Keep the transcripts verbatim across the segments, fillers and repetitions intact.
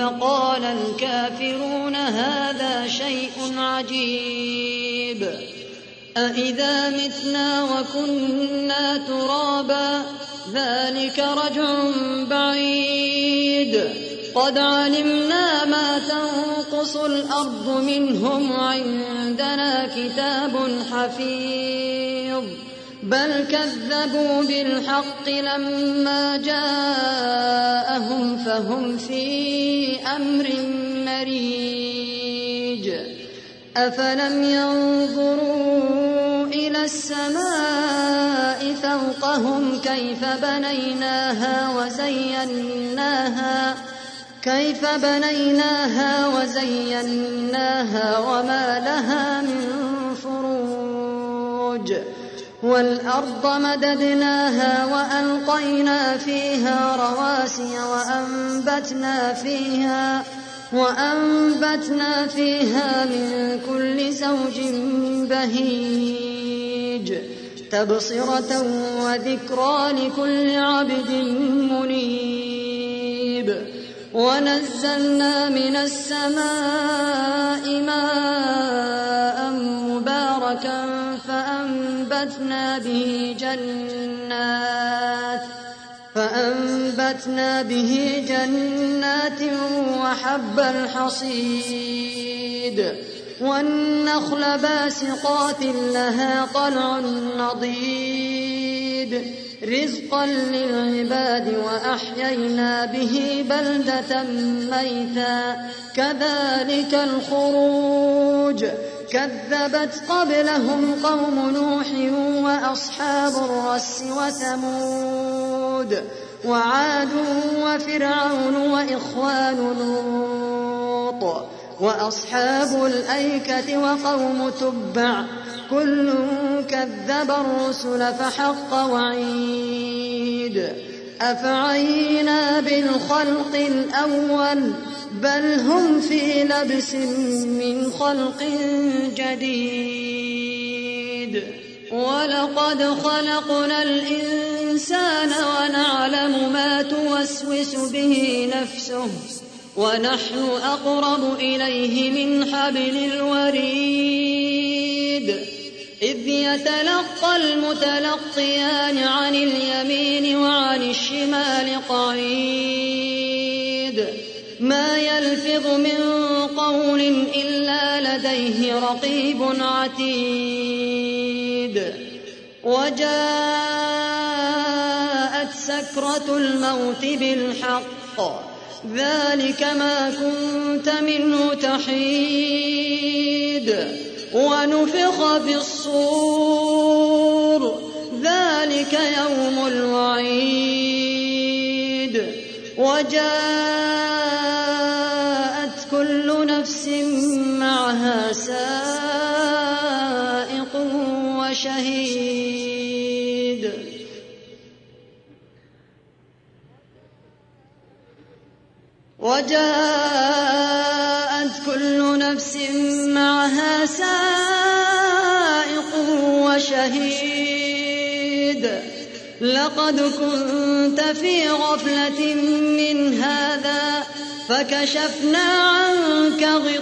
فقال الكافرون هذا شيء عجيب أإذا متنا وكنا ترابا ذلك رجع بعيد قد علمنا ما تنقص الأرض منهم وعندنا كتاب حفيظ بل كذبوا بالحق لما جاءهم فهم في أمر مريج أفلم ينظروا إلى السماء فوقهم كيف بنيناها وزيناها كيف بنيناها وزيناها وما لها من فروج والأرض مددناها وألقينا فيها رواسي وأنبتنا فيها وأنبتنا فيها من كل زوج بهيج تبصرة وذكرى لكل عبد منيب ونزلنا من السماء ماء مباركا فأنبتنا به جنات فأنبتنا به جنات وحب الحصيد والنخل باسقات لها طلع نضيد رزقا للعباد وأحيينا به بلدة ميتا كذلك الخروج كذبت قبلهم قوم نوح وأصحاب الرس وثمود وعاد وفرعون وإخوان لوط وأصحاب الأيكة وقوم تبع كل كذب الرسل فحق وعيد أفعينا بالخلق الأول بل هم في لبس من خلق جديد ولقد خلقنا الإنسان ونعلم ما توسوس به نفسه ونحن أقرب إليه من حبل الوريد إذ يتلقى المتلقيان عن اليمين وعن الشمال قعيد ما يلفظ من قول إلا لديه رقيب عتيد وجاءت سكرة الموت بالحق ذلك ما كنت منه تحيد ونفخ في الصور ذلك يوم الوعيد وجاءت كل نفس معها سائق وشهيد وجاءت كل نفس معها سائق وشهيد لقد كنت في غفلة من هذا فكشفنا عنك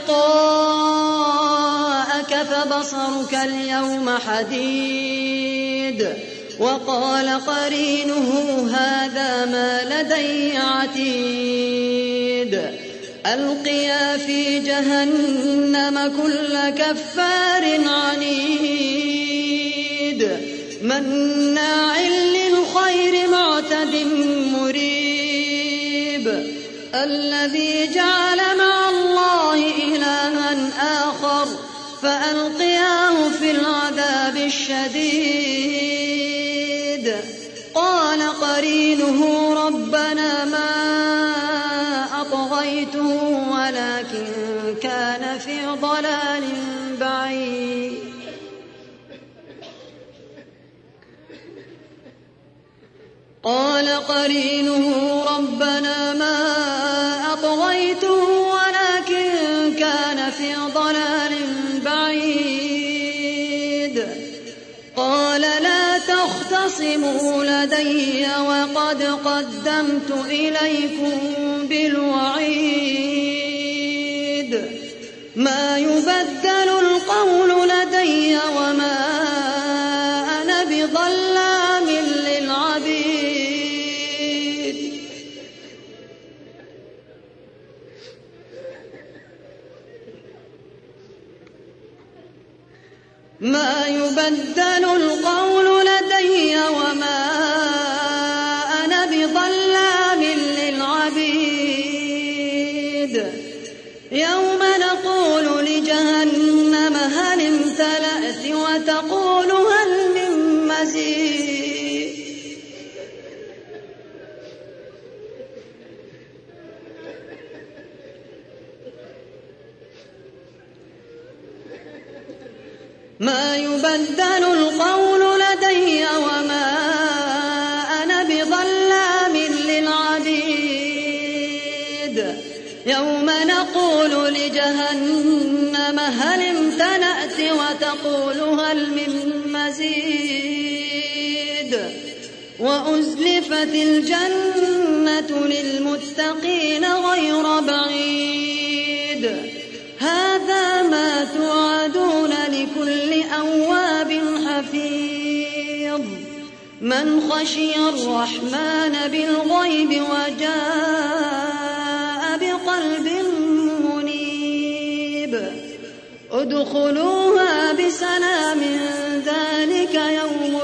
غطاءك فبصرك اليوم حديد وقال قرينه هذا ما لدي عتيد ألقيا في جهنم كل كفار عنيد مناع للخير معتد مريب الذي جعل مع الله إلها آخر فألقياه في العذاب الشديد قال قرينه ربنا ما أطغيته ولكن كان في ضلال بعيد قال قرينه ربنا ما أطغيته ولكن كان في ضلال بعيد قال لا تختصموا لدي وقد قدمت إليكم بالوعيد ما يبدل القول لدي وما أنا بظلام للعبيد ما يبدل القول لدي وما أنا بظلام للعبيد يوم نقول لجهنم هل امتلأت وتقول هل من مزيد ما يبدل القول لدي وما أنا بظلام للعبيد يوم نقول لجهنم هل امتلأت وتقول هل من مزيد وأزلفت الجنة للمتقين غير بعيد هذا ما توعدون لكل أواب حفيظ من خشي الرحمن بالغيب وجاء بقلب منيب ادخلوها بسلام ذلك يوم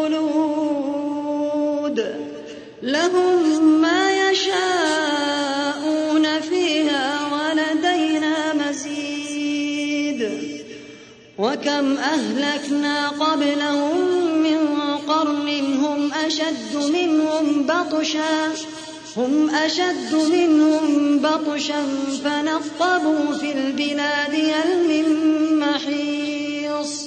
الخلود لهم ما يشاءون فيها ولدينا مزيد وكم أهلكنا قبلهم من قرن هم أشد منهم بطشا هم أشد منهم بطشا فنقبوا في البلاد هل من محيص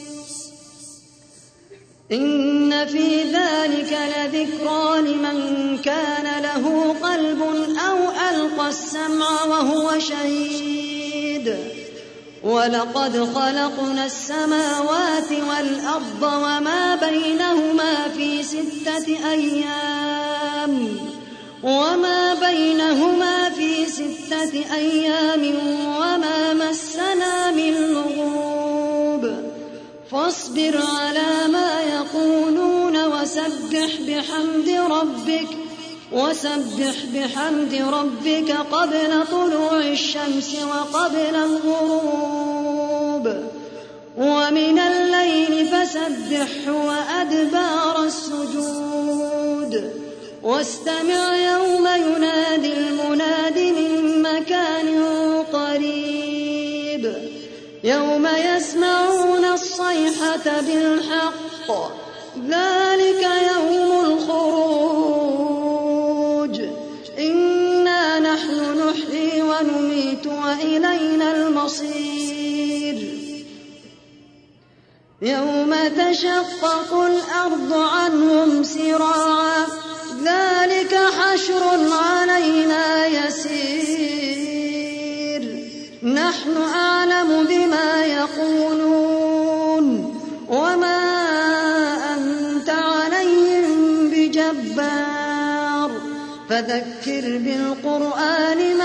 إن في ذلك لذكرى لمن كان له قلب أو ألقى السمع وهو شهيد ولقد خلقنا السماوات والأرض وما بينهما في ستة أيام وما بينهما في ستة أيام وما مسنا من لغوب فاصبر على ما يقولون وسبح بحمد ربك وسبح بحمد ربك قبل طلوع الشمس وقبل الغروب ومن الليل فسبحه وأدبار السجود واستمع يوم ينادي المناد من مكان قريب يوم يسمعون الصيحة بالحق ذلك يوم الخروج إنا نحن نحيي ونميت وإلينا المصير يوم تشقق الأرض عنهم سراعا ذلك حشر علينا يسير نحن أعلم بما يقولون وما أنت عليهم بجبار فذكر بالقرآن